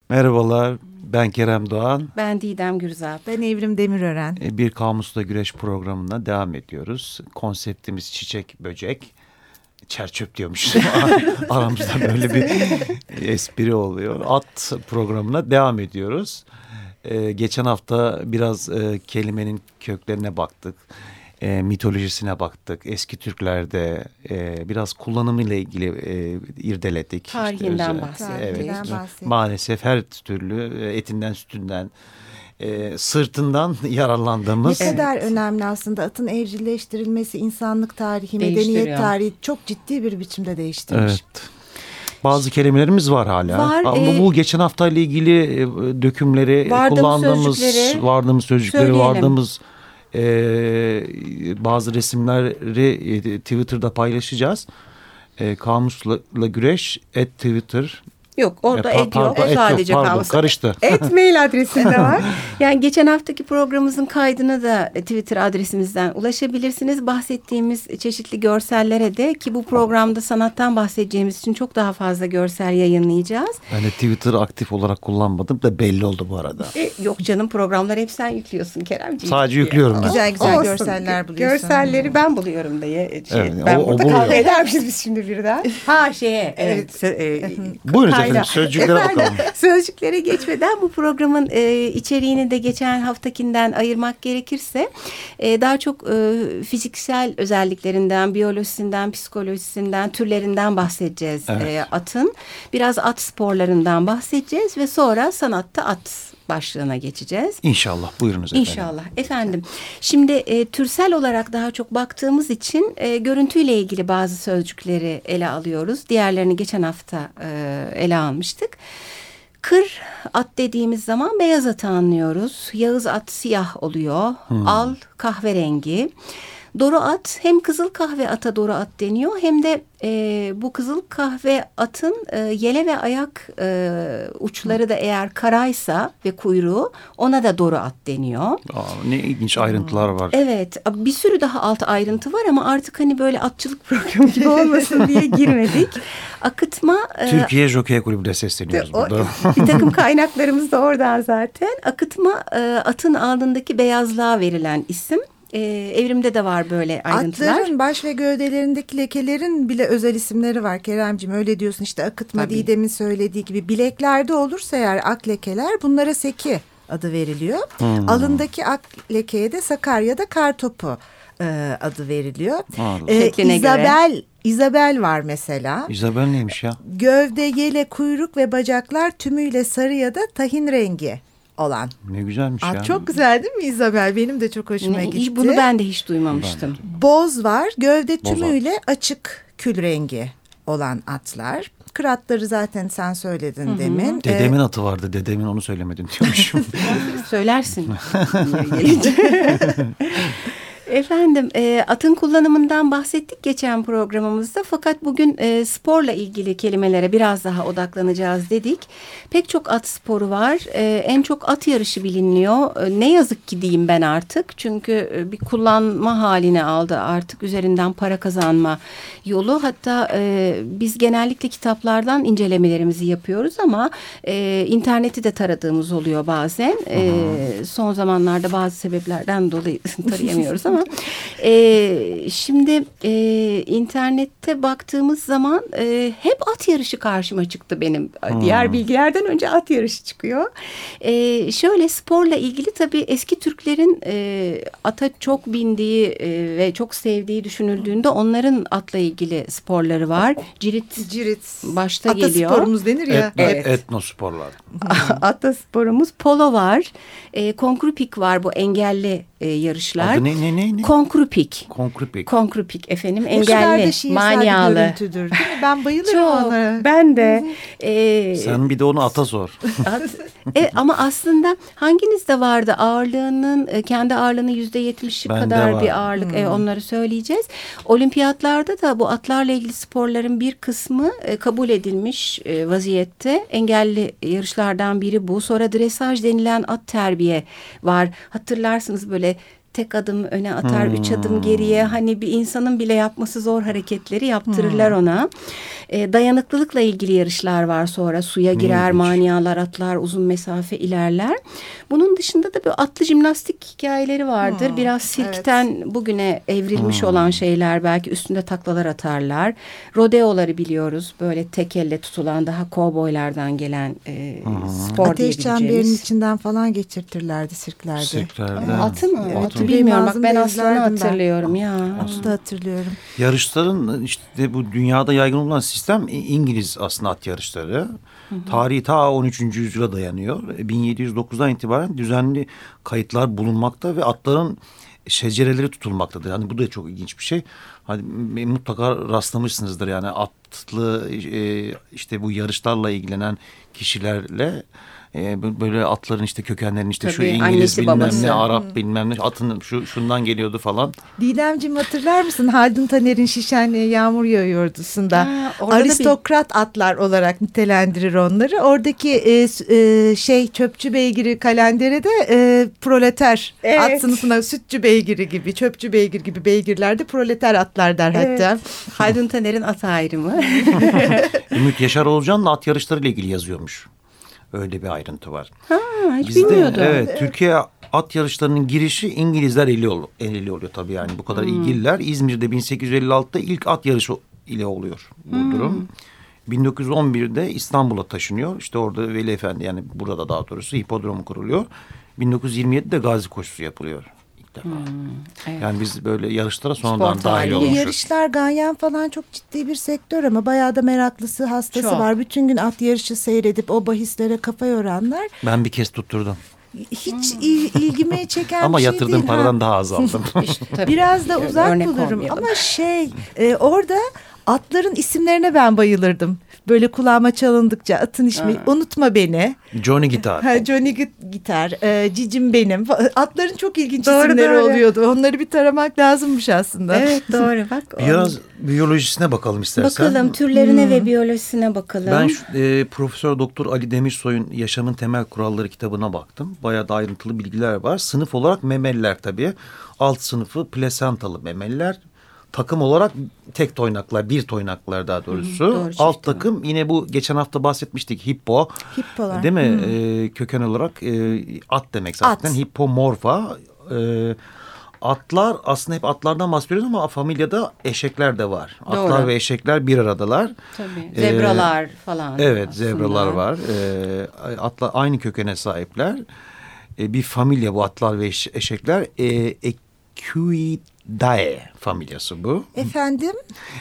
Merhabalar, ben Kerem Doğan. Ben Didem Gürzap. Ben Evrim Demirören. Bir Kamusla Güreş programına devam ediyoruz. Konseptimiz çiçek, böcek. Çerçöp diyormuş. Aramızda böyle bir espri oluyor. At programına devam ediyoruz. Geçen hafta biraz kelimenin köklerine baktık. Mitolojisine baktık. Eski Türklerde biraz kullanımıyla ilgili irdeledik. Tarihinden bahsettik. Evet. Maalesef her türlü etinden, sütünden, sırtından yararlandığımız. Ne kadar önemli aslında atın evcilleştirilmesi insanlık tarihi, medeniyet tarihi çok ciddi bir biçimde değiştirmiş. Evet. Bazı kelimelerimiz var hala. Var, ama bu geçen haftayla ilgili dökümleri kullandığımız, vardığımız sözcükleri, söyleyelim. vardığımız bazı resimleri Twitter'da paylaşacağız. Kamusla Güreş @Twitter. Yok orada et yok. Sadece pardon, karıştı. Mail adresinde var. Yani geçen haftaki programımızın kaydına da Twitter adresimizden ulaşabilirsiniz. Bahsettiğimiz çeşitli görsellere de, ki bu programda sanattan bahsedeceğimiz için çok daha fazla görsel yayınlayacağız. Ben de Twitter aktif olarak kullanmadım da belli oldu bu arada. Yok canım, programları hep sen yüklüyorsun Keremciğim. Sadece yüklüyorum ben. Güzel Olsun. görseller buluyorsun. Görselleri ben buluyorum diye. Evet, ben o burada buluyor. kavga edermişiz biz şimdi birden. Evet. Buyurun efendim, sözcüklere bakalım. Sözcüklere geçmeden bu programın içeriğini de geçen haftakinden ayırmak gerekirse daha çok fiziksel özelliklerinden, biyolojisinden, psikolojisinden, türlerinden bahsedeceğiz. Evet. Atın. Biraz at sporlarından bahsedeceğiz ve sonra sanatta at başlığına geçeceğiz. İnşallah, buyurunuz efendim. İnşallah. Efendim, şimdi türsel olarak daha çok baktığımız için görüntüyle ilgili bazı sözcükleri ele alıyoruz. Diğerlerini geçen hafta ele almıştık. Kır at dediğimiz zaman beyaz atı anlıyoruz. Yağız at siyah oluyor. Al kahverengi. Doru at, hem kızıl kahve ata doru at deniyor, hem de bu kızıl kahve atın yele ve ayak uçları da eğer karaysa ve kuyruğu, ona da doru at deniyor. Ne ilginç ayrıntılar var. Evet, bir sürü daha alt ayrıntı var ama artık hani böyle atçılık programı gibi olmasın diye girmedik. Akıtma. Türkiye Jockey Kulübü'ne sesleniyoruz burada. Bir takım kaynaklarımız da oradan zaten. Akıtma, atın alnındaki beyazlığa verilen isim. Evrimde de var böyle ayrıntılar. Atların baş ve gövdelerindeki lekelerin bile özel isimleri var Keremciğim. Öyle diyorsun işte, akıtma. Tabii. Didem'in söylediği gibi bileklerde olursa eğer ak lekeler, bunlara seki adı veriliyor. Alındaki ak lekeye de Sakarya'da kartopu adı veriliyor. İzabel var mesela. İzabel neymiş ya? Gövde, yele, kuyruk ve bacaklar tümüyle sarı ya da tahin rengi olan. Ne güzelmiş ya. Çok güzel değil mi İzabel? Benim de çok hoşuma gitti. Bunu ben de hiç duymamıştım. Boz var. Gövde tümüyle açık kül rengi olan atlar. Kıratları zaten sen söyledin demin. Dedemin atı vardı. Dedemin, onu söylemedin diyormuşum. Söylersin. Efendim, atın kullanımından bahsettik geçen programımızda, fakat bugün sporla ilgili kelimelere biraz daha odaklanacağız dedik. Pek çok at sporu var. En çok at yarışı biliniyor. Ne yazık ki diyeyim ben artık. Çünkü bir kullanma haline aldı artık. Üzerinden para kazanma yolu. Hatta biz genellikle kitaplardan incelemelerimizi yapıyoruz ama interneti de taradığımız oluyor bazen. Son zamanlarda bazı sebeplerden dolayı tarayamıyoruz ama şimdi internette baktığımız zaman hep at yarışı karşıma çıktı benim. Diğer bilgilerden önce at yarışı çıkıyor. Şöyle, sporla ilgili tabii eski Türklerin ata çok bindiği ve çok sevdiği düşünüldüğünde onların atla ilgili sporları var. Cirit başta geliyor. Atasporumuz denir ya. Etnosporlar. Atasporumuz polo var. Konkrupik var, bu engelli yarışlar. Adı ne? Konkrupik. Konkrupik efendim, engelli, manyalı. Görüntüdür değil mi? Ben bayılırım onlara. Ben de. Sen bir de onu ata sor. Ama aslında hanginizde vardı ağırlığının, kendi ağırlığının %70'i kadar bir ağırlık, onları söyleyeceğiz. Olimpiyatlarda da bu atlarla ilgili sporların bir kısmı kabul edilmiş vaziyette. Engelli yarışlardan biri bu. Sonra dresaj denilen at terbiye var. Hatırlarsınız, böyle tek adım öne atar, 3 adım geriye. Hani bir insanın bile yapması zor hareketleri yaptırırlar ona. Dayanıklılıkla ilgili yarışlar var sonra. Suya girer, manyalar atlar, uzun mesafe ilerler. Bunun dışında da böyle atlı jimnastik hikayeleri vardır. Biraz sirkten bugüne evrilmiş olan şeyler. Belki üstünde taklalar atarlar. Rodeoları biliyoruz. Böyle tek elle tutulan, daha kovboylardan gelen spor ateş diyebileceğimiz. çemberinin içinden falan geçirtirlerdi sirklerde. Sirklerde. Atı mı? Evet, Atı bilmiyorum. Bak ben Azim'de aslanı izlerdim hatırlıyorum ya. Onu da hatırlıyorum. Yarışların işte bu dünyada yaygın olan sistem İngiliz aslında at yarışları. Tarihi ta 13. yüzyıla dayanıyor. 1709'dan itibaren düzenli kayıtlar bulunmakta ve atların şecereleri tutulmaktadır. Yani bu da çok ilginç bir şey. Hani mutlaka rastlamışsınızdır yani atlı işte bu yarışlarla ilgilenen kişilerle böyle atların işte kökenlerini işte tabii, şu İngiliz annesi, bilmem babası. Ne Arap bilmem ne atın şundan geliyordu falan. Didemciğim hatırlar mısın Haldun Taner'in Şişhane'ye Yağmur Yağıyordu'sunda aristokrat atlar olarak nitelendirir onları. Oradaki çöpçü beygiri kalendere de proleter at sınıfına sütçü beygiri gibi çöpçü beygir gibi beygirlerde proleter atlar der hatta. Haldun Taner'in at ayrımı. Ümit Yaşar Oğuzcan'la at yarışlarıyla ilgili yazıyormuş. Öyle bir ayrıntı var. Hiç bilmiyordum. Evet, Türkiye at yarışlarının girişi İngilizler eli oluyor tabii yani bu kadar ilgililer. İzmir'de 1856'da ilk at yarışı ile oluyor bu durum. 1911'de İstanbul'a taşınıyor. İşte orada Veli Efendi yani burada daha doğrusu hipodromu kuruluyor. 1927'de Gazi koşusu yapılıyor. Evet. Yani biz böyle yarışlara sonradan dahil olmuşuz. Yarışlar ganyan falan çok ciddi bir sektör ama bayağı da meraklısı hastası var. Bütün gün at yarışı seyredip o bahislere kafa yoranlar. Ben bir kez tutturdum. Hiç ilgimi çeken ama bir şey yatırdığım değil. paradan daha az aldım. İşte, biraz da uzak bulurum ama orada atların isimlerine ben bayılırdım. Böyle kulağıma çalındıkça atın ismi unutma beni. Johnny Gitar. Johnny Gitar, Cicim benim. Atların çok ilginç isimleri oluyordu. Onları bir taramak lazımmış aslında. Evet doğru bak. Biraz biyolojisine bakalım istersen. Bakalım türlerine ve biyolojisine bakalım. Ben Profesör Doktor Ali Demirsoy'un Yaşamın Temel Kuralları kitabına baktım. Bayağı da ayrıntılı bilgiler var. Sınıf olarak memeliler tabii. Alt sınıfı plasental memeliler. Takım olarak tek toynaklar, bir toynaklar daha doğrusu. Doğru, alt takım yine bu geçen hafta bahsetmiştik hippo. Hippolar. Değil mi? Köken olarak at demek zaten. Hippomorfa. Atlar aslında hep atlardan bahsediyoruz ama familyada eşekler de var. Doğru. Atlar ve eşekler bir aradalar. Tabii. Zebralar falan. Evet aslında. Zebralar var. Atlar aynı kökene sahipler. Bir familya bu atlar ve eşekler. Equidae familyası bu. Efendim?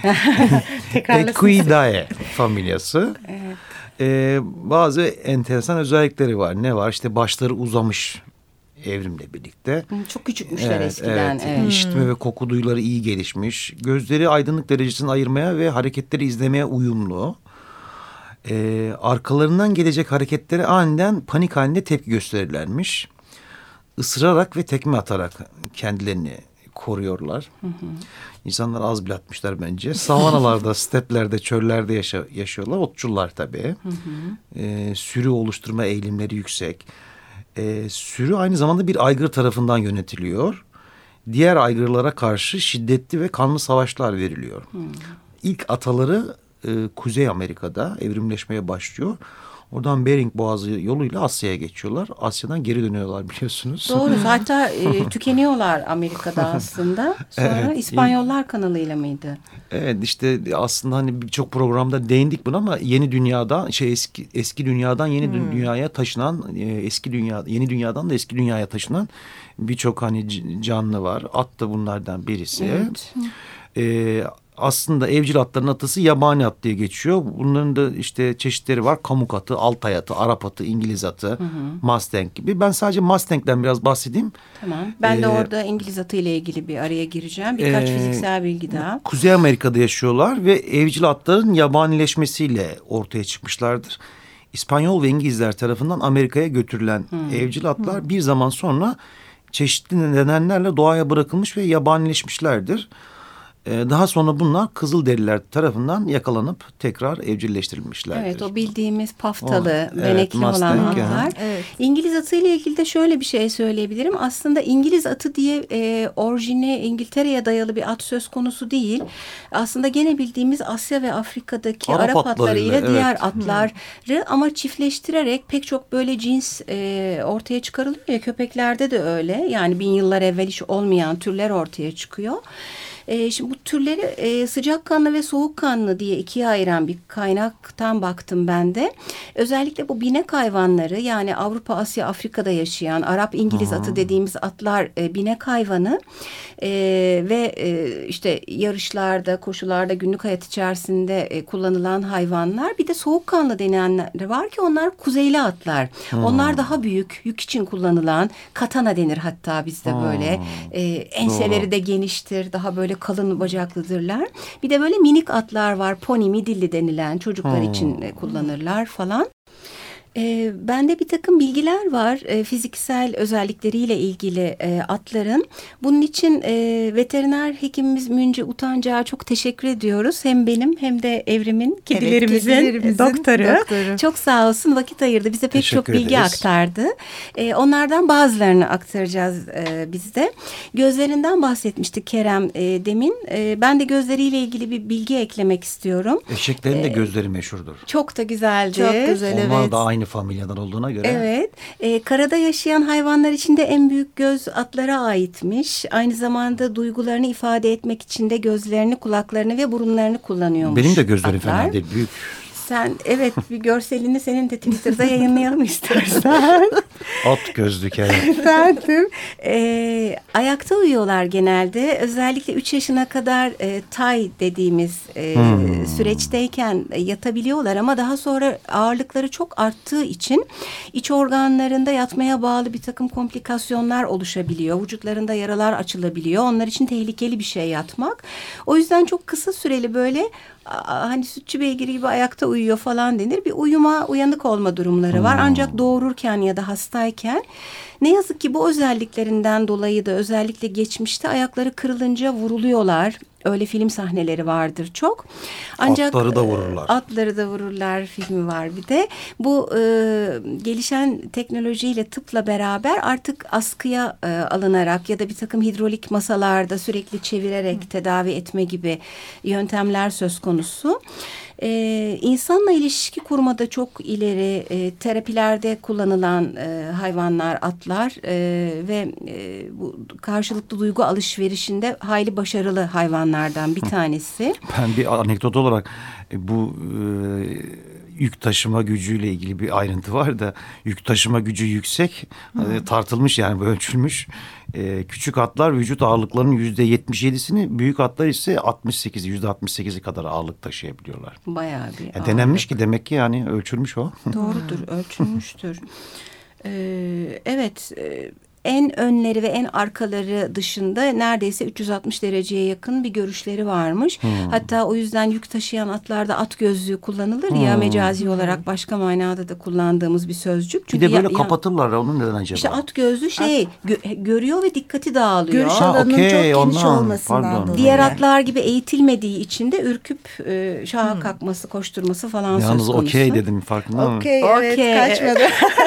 Equidae familyası. Evet. Bazı enteresan özellikleri var. Ne var? İşte başları uzamış evrimle birlikte. Çok küçükmüşler eskiden. Evet. İşitme ve koku duyuları iyi gelişmiş. Gözleri aydınlık derecesini ayırmaya ve hareketleri izlemeye uyumlu. Arkalarından gelecek hareketlere aniden panik halinde tepki gösterirlermiş. Isırarak ve tekme atarak kendilerini koruyorlar. İnsanlar az bile atmışlar bence. Savanalarda, steplerde, çöllerde yaşıyorlar. Otçullar tabii. Sürü oluşturma eğilimleri yüksek. Sürü aynı zamanda bir aygır tarafından yönetiliyor. Diğer aygırlara karşı şiddetli ve kanlı savaşlar veriliyor. İlk ataları Kuzey Amerika'da evrimleşmeye başlıyor. Oradan Bering Boğazı yoluyla Asya'ya geçiyorlar. Asya'dan geri dönüyorlar biliyorsunuz. Doğru. Hatta tükeniyorlar Amerika'da aslında. Sonra İspanyollar kanalıyla mıydı? Evet işte aslında hani birçok programda değindik buna ama yeni dünyadan eski dünyadan yeni dünyaya taşınan yeni dünyadan da eski dünyaya taşınan birçok hani canlı var. At da bunlardan birisi. Evet. Aslında evcil atların atısı yabani at diye geçiyor. Bunların da işte çeşitleri var. Kamuk atı, Altay atı, Arap atı, İngiliz atı, Mustang gibi. Ben sadece Mustang'den biraz bahsedeyim. Tamam. Ben de orada İngiliz atı ile ilgili bir araya gireceğim. Birkaç fiziksel bilgi daha. Kuzey Amerika'da yaşıyorlar ve evcil atların yabanileşmesiyle ortaya çıkmışlardır. İspanyol ve İngilizler tarafından Amerika'ya götürülen evcil atlar bir zaman sonra çeşitli nedenlerle doğaya bırakılmış ve yabanileşmişlerdir. Daha sonra bunlar Kızılderililer tarafından yakalanıp tekrar evcilleştirilmişlerdir. Evet, o bildiğimiz paftalı, benekli olan atlar. Evet. İngiliz atıyla ilgili de şöyle bir şey söyleyebilirim. Aslında İngiliz atı diye orijini İngiltere'ye dayalı bir at söz konusu değil. Aslında gene bildiğimiz Asya ve Afrika'daki Arap atlarıyla diğer atları ama çiftleştirerek pek çok böyle cins ortaya çıkarılıyor ya, köpeklerde de öyle. Yani 1000 yıllar evvel hiç olmayan türler ortaya çıkıyor. Şimdi bu türleri sıcakkanlı ve soğukkanlı diye ikiye ayıran bir kaynaktan baktım ben de. Özellikle bu binek hayvanları, yani Avrupa, Asya, Afrika'da yaşayan Arap İngiliz atı dediğimiz atlar binek hayvanı ve işte yarışlarda, koşularda, günlük hayat içerisinde kullanılan hayvanlar. Bir de soğukkanlı denenler var ki onlar kuzeyli atlar. Onlar daha büyük, yük için kullanılan, katana denir hatta bizde böyle. Enseleri de geniştir, daha böyle kalın bacaklıdırlar. Bir de böyle minik atlar var. Pony, midilli denilen, çocuklar için kullanırlar falan. Bende bir takım bilgiler var fiziksel özellikleriyle ilgili atların. Bunun için veteriner hekimimiz Münce Utancı'ya çok teşekkür ediyoruz. Hem benim hem de Evrim'in, kedilerimizin doktoru. Çok sağ olsun, vakit ayırdı. Bize pek çok bilgi aktardı. Onlardan bazılarını aktaracağız biz de. Gözlerinden bahsetmiştik Kerem demin. Ben de gözleriyle ilgili bir bilgi eklemek istiyorum. Eşeklerin de gözleri meşhurdur. Çok da güzeldi. Çok güzel, onlar da aynı familyadan olduğuna göre. Evet. Karada yaşayan hayvanlar içinde en büyük göz atlara aitmiş. Aynı zamanda duygularını ifade etmek için de gözlerini, kulaklarını ve burunlarını kullanıyormuş. Benim de gözlerim fena değil, büyük. Sen bir görselini senin de Twitter'da yayınlayalım istersen. At gözlük Efendim. Ayakta uyuyorlar genelde. Özellikle 3 yaşına kadar tay dediğimiz süreçteyken yatabiliyorlar ama daha sonra ağırlıkları çok arttığı için iç organlarında yatmaya bağlı bir takım komplikasyonlar oluşabiliyor. Vücutlarında yaralar açılabiliyor. Onlar için tehlikeli bir şey yatmak. O yüzden çok kısa süreli böyle hani sütçü beygiri gibi ayakta uyuyor falan denir. Bir uyanık olma durumları var. Ancak doğururken ya da hastayken ne yazık ki bu özelliklerinden dolayı da özellikle geçmişte ayakları kırılınca vuruluyorlar. Öyle film sahneleri vardır çok. Ancak atları da vururlar. Atları da vururlar filmi var bir de. Bu gelişen teknolojiyle, tıpla beraber artık askıya alınarak ya da bir takım hidrolik masalarda sürekli çevirerek tedavi etme gibi yöntemler söz konusu. İnsanla ilişki kurmada çok ileri, terapilerde kullanılan hayvanlar, atlar ve bu karşılıklı duygu alışverişinde hayli başarılı hayvanlardan bir tanesi. Ben bir anekdot olarak bu yük taşıma gücüyle ilgili bir ayrıntı var da, yük taşıma gücü yüksek, tartılmış yani ölçülmüş. Küçük atlar vücut ağırlıklarının %77'sini, büyük atlar ise %68'i kadar ağırlık taşıyabiliyorlar. Bayağı bir ağırlık. Denenmiş ki demek ki, yani ölçülmüş o. Doğrudur, ölçülmüştür. Evet. En önleri ve en arkaları dışında neredeyse 360 dereceye yakın bir görüşleri varmış. Hatta o yüzden yük taşıyan atlarda at gözlüğü kullanılır ya, mecazi olarak başka manada da kullandığımız bir sözcük. Çünkü bir de böyle kapatırlar, onun neden acaba? İşte at gözlüğü görüyor ve dikkati dağılıyor. Görüş alanının çok geniş olmasından dolayı. Diğer atlar gibi eğitilmediği için de ürküp şaha kalkması, koşturması falan söz konusu. Yalnız okey dedim, farkında mı? Okey, evet, kaçmadı.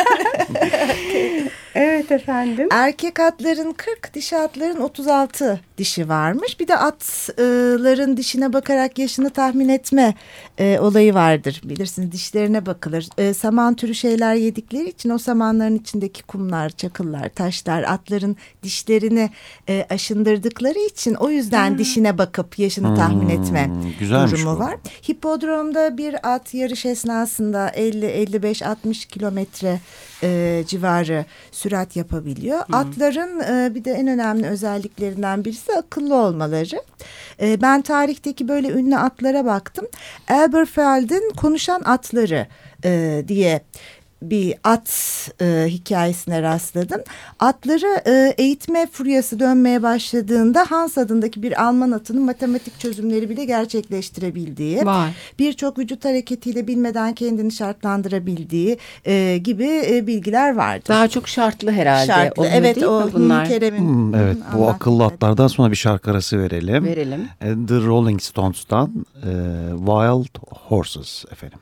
Evet efendim. Erkek atların 40, dişi atların 36 dişi varmış. Bir de atların dişine bakarak yaşını tahmin etme olayı vardır. Bilirsiniz, dişlerine bakılır. Saman türü şeyler yedikleri için o samanların içindeki kumlar, çakıllar, taşlar atların dişlerini aşındırdıkları için o yüzden dişine bakıp yaşını tahmin etme durumu var. Hipodromda bir at yarış esnasında 50-55-60 kilometre civarı sürat yapabiliyor. Atların bir de en önemli özelliklerinden birisi akıllı olmaları. Ben tarihteki böyle ünlü atlara baktım. Elberfeld'in Konuşan Atları diye bir at hikayesine rastladım. Atları eğitme furyası dönmeye başladığında Hans adındaki bir Alman atının matematik çözümleri bile gerçekleştirebildiği, birçok vücut hareketiyle bilmeden kendini şartlandırabildiği gibi bilgiler vardı. Daha çok şartlı herhalde. Şartlı, evet, o bunlar. Kerem'in. Evet, bu akıllı atlardan sonra bir şarkı arası verelim. The Rolling Stones'tan Wild Horses efendim.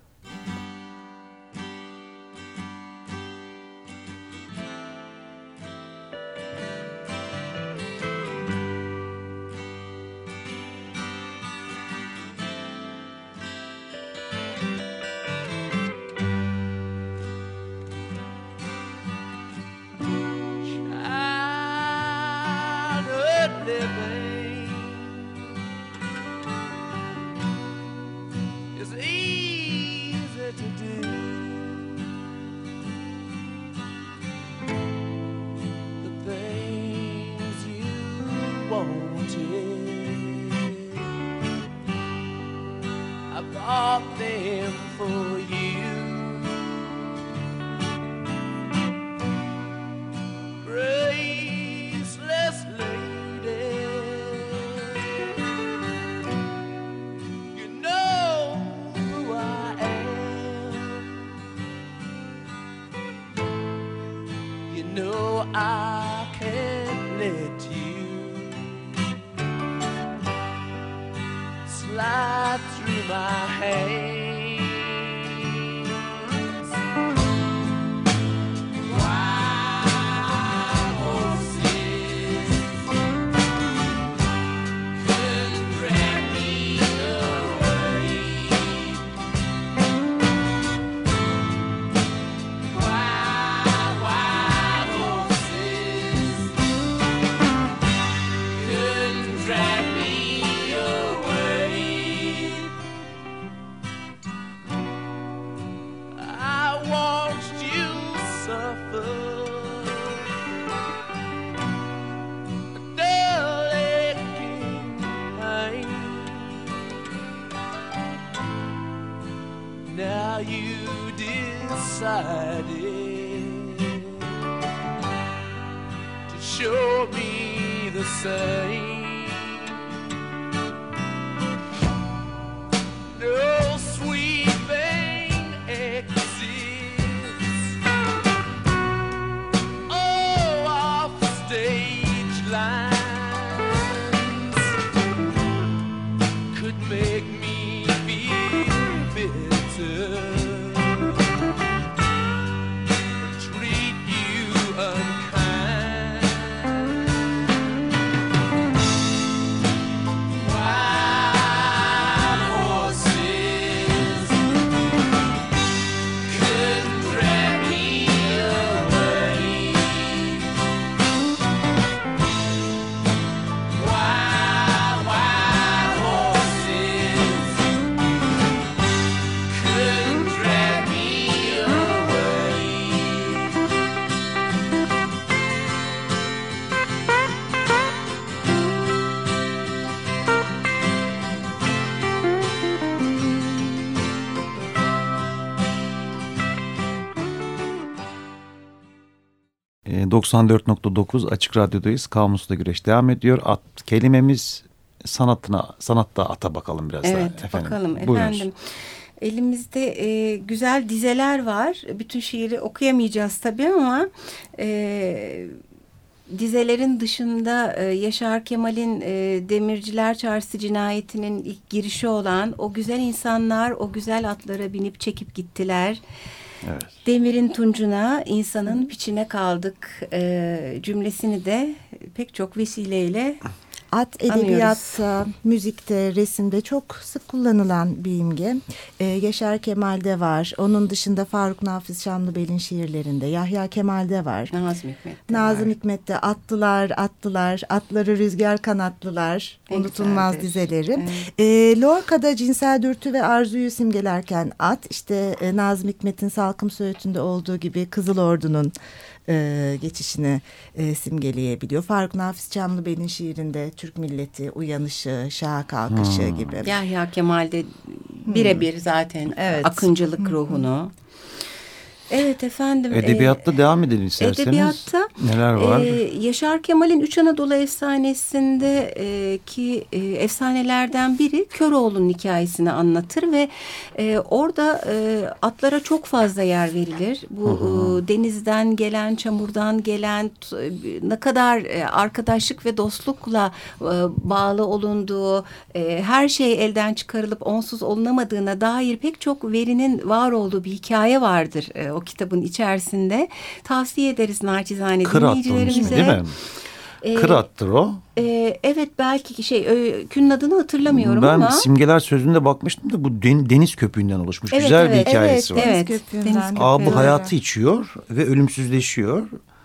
I can't let you slide through my hands. Wild horses couldn't drag me away. Wild horses couldn't drag me away. I watched you suffer a dull aching pain. Now you decided to show me the same. No sweet thing exists. Oh, off stage lines could make me feel bitter, treat you unkind. Wild horses couldn't drag me away. Wild horses couldn't drag me away. E, 94.9 Açık Radyo'dayız. Kamusla Güreş devam ediyor. At kelimemiz sanatta ata bakalım biraz Evet, daha efendim. bakalım Buyurunuz. efendim. Elimizde güzel dizeler var. Bütün şiiri okuyamayacağız tabii ama dizelerin dışında Yaşar Kemal'in Demirciler Çarşısı cinayetinin ilk girişi olan o güzel insanlar o güzel atlara binip çekip gittiler. Evet. Demirin tuncuna, insanın piçine kaldık cümlesini de pek çok vesileyle At edebiyatta, müzikte, resimde çok sık kullanılan bir imge. Yaşar Kemal'de var. Onun dışında Faruk Nafiz Şamlıbel'in şiirlerinde. Yahya Kemal'de var. Nazım Hikmet'te attılar, atları rüzgar kanatlılar. En unutulmaz güzeldir. dizeleri. Evet. Lorca'da cinsel dürtü ve arzuyu simgelerken at, işte Nazım Hikmet'in Salkım Söğütü'nde olduğu gibi Kızıl Ordu'nun geçişini simgeleyebiliyor. Faruk Nafiz Çamlıbel'in şiirinde Türk milleti, uyanışı, şaha kalkışı gibi. Yahya Kemal'de birebir zaten Evet. akıncılık ruhunu. Evet efendim. Edebiyatta devam edelim isterseniz. Edebiyatta neler var? Yaşar Kemal'in Üç Anadolu Efsanesi'nde ki efsanelerden biri Köroğlu'nun hikayesini anlatır ve orada atlara çok fazla yer verilir. Bu denizden gelen, çamurdan gelen, ne kadar arkadaşlık ve dostlukla bağlı olunduğu, her şey elden çıkarılıp onsuz olunamadığına dair pek çok verinin var olduğu bir hikaye vardır o kitabın içerisinde. Tavsiye ederiz naçizane dinleyicilerimize. Değil mi? Kırat'tır o. Evet, belki öykünün adını hatırlamıyorum ben ama. Ben Simgeler Sözlüğü'nde bakmıştım da bu deniz köpüğünden oluşmuş. Evet, güzel bir hikayesi var. Evet, deniz köpüğünden. Abi hayatı içiyor ve ölümsüzleşiyor.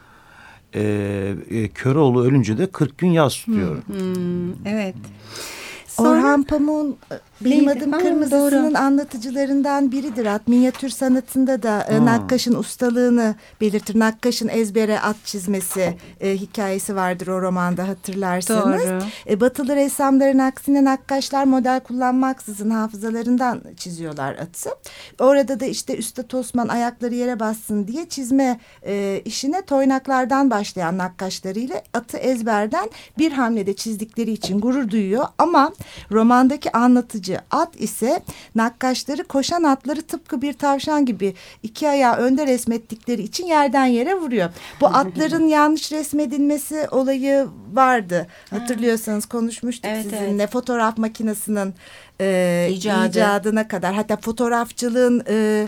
Köroğlu ölünce de 40 gün yas tutuyor. Evet. Sonra, Orhan Pamuk'un Benim Adım Kırmızısı'nın anlatıcılarından biridir. Minyatür sanatında da nakkaşın ustalığını belirtir. Nakkaşın ezbere at çizmesi hikayesi vardır o romanda, hatırlarsanız. Batılı ressamların aksine nakkaşlar model kullanmaksızın hafızalarından çiziyorlar atı. Orada da işte Üstad Osman ayakları yere bassın diye çizme işine toynaklardan başlayan nakkaşlarıyla atı ezberden bir hamlede çizdikleri için gurur duyuyor. Ama romandaki anlatıcı at ise nakkaşları koşan atları tıpkı bir tavşan gibi iki ayağı önde resmettikleri için yerden yere vuruyor. Bu atların yanlış resmedilmesi olayı vardı. Hatırlıyorsanız konuşmuştuk sizinle. Evet. Fotoğraf makinesinin icadına kadar. Hatta fotoğrafçılığın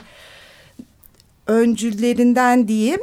öncülerinden diyeyim.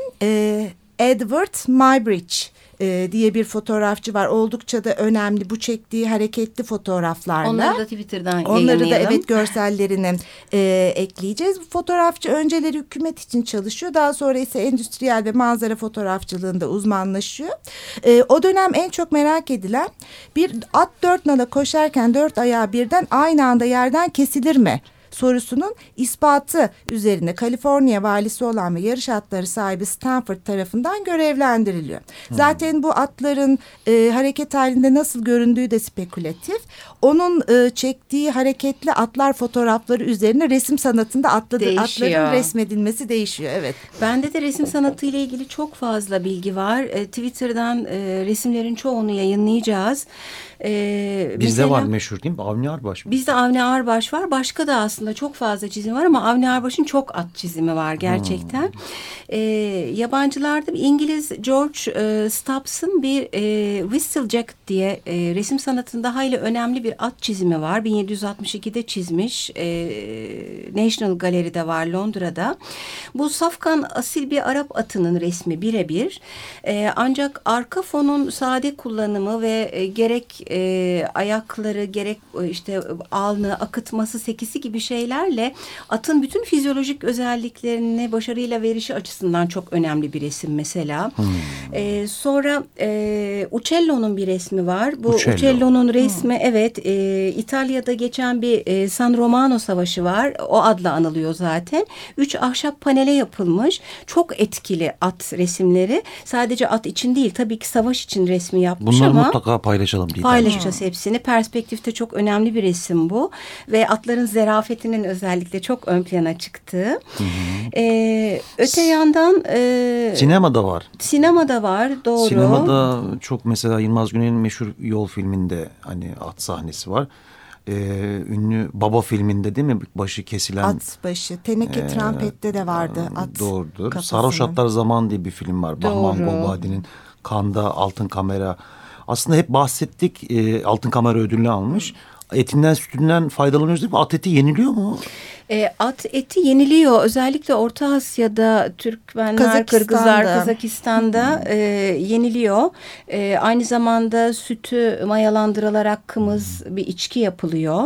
Edward Muybridge diye bir fotoğrafçı var. Oldukça da önemli bu çektiği hareketli fotoğraflarla. Onları da Twitter'dan yayınlayalım. Onları da evet görsellerini ekleyeceğiz. Bu fotoğrafçı önceleri hükümet için çalışıyor. Daha sonra ise endüstriyel ve manzara fotoğrafçılığında uzmanlaşıyor. O dönem en çok merak edilen bir at dört nala koşarken dört ayağı birden aynı anda yerden kesilir mi sorusunun ispatı üzerine Kaliforniya valisi olan ve yarış atları sahibi Stanford tarafından görevlendiriliyor. Zaten bu atların hareket halinde nasıl göründüğü de spekülatif. Onun çektiği hareketli atlar fotoğrafları üzerine resim sanatında atların resmedilmesi değişiyor. Evet. Bende de resim sanatı ile ilgili çok fazla bilgi var. Twitter'dan resimlerin çoğunu yayınlayacağız. Bizde var meşhur değil mi? Avni Arbaş. Bizde Avni Arbaş var. Başka da aslında çok fazla çizim var ama Avni Arbaş'ın çok at çizimi var gerçekten. Yabancılarda İngiliz George Stubbs'ın bir Whistlejack diye resim sanatında hayli önemli bir at çizimi var. 1762'de çizmiş. National Gallery'de var Londra'da. Bu safkan asil bir Arap atının resmi birebir. Ancak arka fonun sade kullanımı ve gerek ayakları gerek işte alnı, akıtması, sekisi gibi şeylerle atın bütün fizyolojik özelliklerini başarıyla verişi açısından çok önemli bir resim mesela. Sonra Uccello'nun bir resmi var. Bu Uccello'nun resmi evet İtalya'da geçen bir San Romano Savaşı var. O adla anılıyor zaten. 3 ahşap panele yapılmış. Çok etkili at resimleri. Sadece at için değil tabii ki savaş için resmi yapmış bunları ama. Bunları mutlaka paylaşalım diye. Paylaşacağız hepsini. Perspektifte çok önemli bir resim bu. Ve atların zerafetinin özellikle çok ön plana çıktığı. Öte yandan sinemada var. Sinemada var, doğru. Sinemada çok mesela Yılmaz Güney'in meşhur Yol filminde hani at sahnesi var. Ünlü Baba filminde değil mi? Başı kesilen. At başı. Teneke Trampet'te de vardı. At doğrudur. kafasını. Sarhoş Atlar Zaman diye bir film var. Bahman Gobadi'nin Kanda Altın Kamera. Aslında hep bahsettik. Altın Kamera ödülünü almış. Etinden sütünden faydalanıyoruz değil mi? At eti yeniliyor mu? At eti yeniliyor. Özellikle Orta Asya'da Türkmenler, Kırgızlar, Kazakistan'da yeniliyor. Aynı zamanda sütü mayalandırılarak kımız bir içki yapılıyor.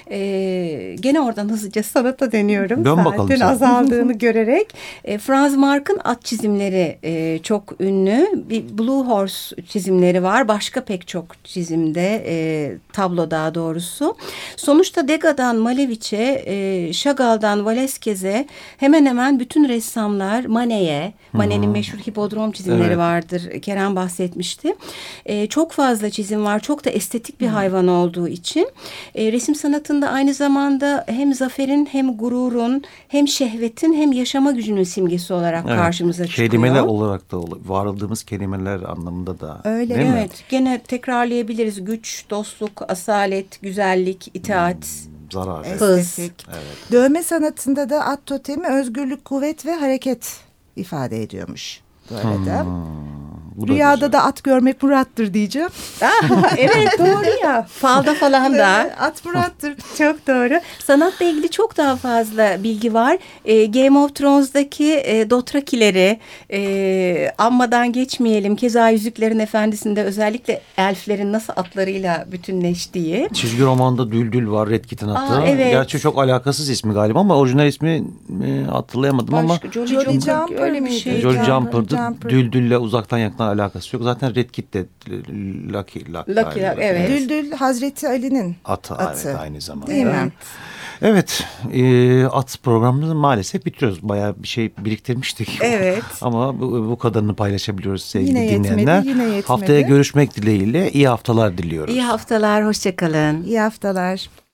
Gene oradan hızlıca sanata deniyorum. Dön bakalım. Saatin azaldığını görerek. Franz Marc'ın at çizimleri çok ünlü. Bir Blue Horse çizimleri var. Başka pek çok çizimde tablo daha doğrusu. doğrusu. Sonuçta Degas'dan Malevich'e, Chagall'dan Velázquez'e hemen hemen bütün ressamlar, Manet'in meşhur hipodrom çizimleri vardır. Kerem bahsetmişti. Çok fazla çizim var. Çok da estetik bir hayvan olduğu için. Resim sanatında aynı zamanda hem zaferin hem gururun hem şehvetin hem yaşama gücünün simgesi olarak karşımıza çıkıyor. Kelimeler olarak da varıldığımız kelimeler anlamında da. Öyle değil mi? Evet. Gene tekrarlayabiliriz. Güç, dostluk, asalet, güzellik, itaat. Zarar. Hız. Evet. Dövme sanatında da at totemi özgürlük, kuvvet ve hareket ifade ediyormuş. Bu arada. Bu da Rüyada güzel. da at görmek murattır diyeceğim. Evet doğru ya. Falda falan da. At murattır. Çok doğru. Sanatla ilgili çok daha fazla bilgi var. Game of Thrones'daki Dothrakileri anmadan geçmeyelim. Keza Yüzüklerin Efendisi'nde özellikle elflerin nasıl atlarıyla bütünleştiği. Çizgi romanda Düldül var, Red Kit'in atı. Evet. Gerçi çok alakasız ismi galiba ama orijinal ismi hatırlayamadım ama Jolly Jumper öyle bir şey. Jolly Jumper'dı. Jumper. Düldül'le uzaktan yakından alakası yok. Zaten Red Kit de Lucky galiba. evet. Düldül Hazreti Ali'nin Atı. atı. Evet, aynı zamanda. Değil mi? Evet, at programını maalesef bitiriyoruz. Bayağı bir şey biriktirmiştik. Evet. Ama bu kadarını paylaşabiliyoruz sevgili Yine yetmedi, dinleyenler. yine yetmedi. Haftaya görüşmek dileğiyle iyi haftalar diliyoruz. İyi haftalar, hoşça kalın. İyi haftalar.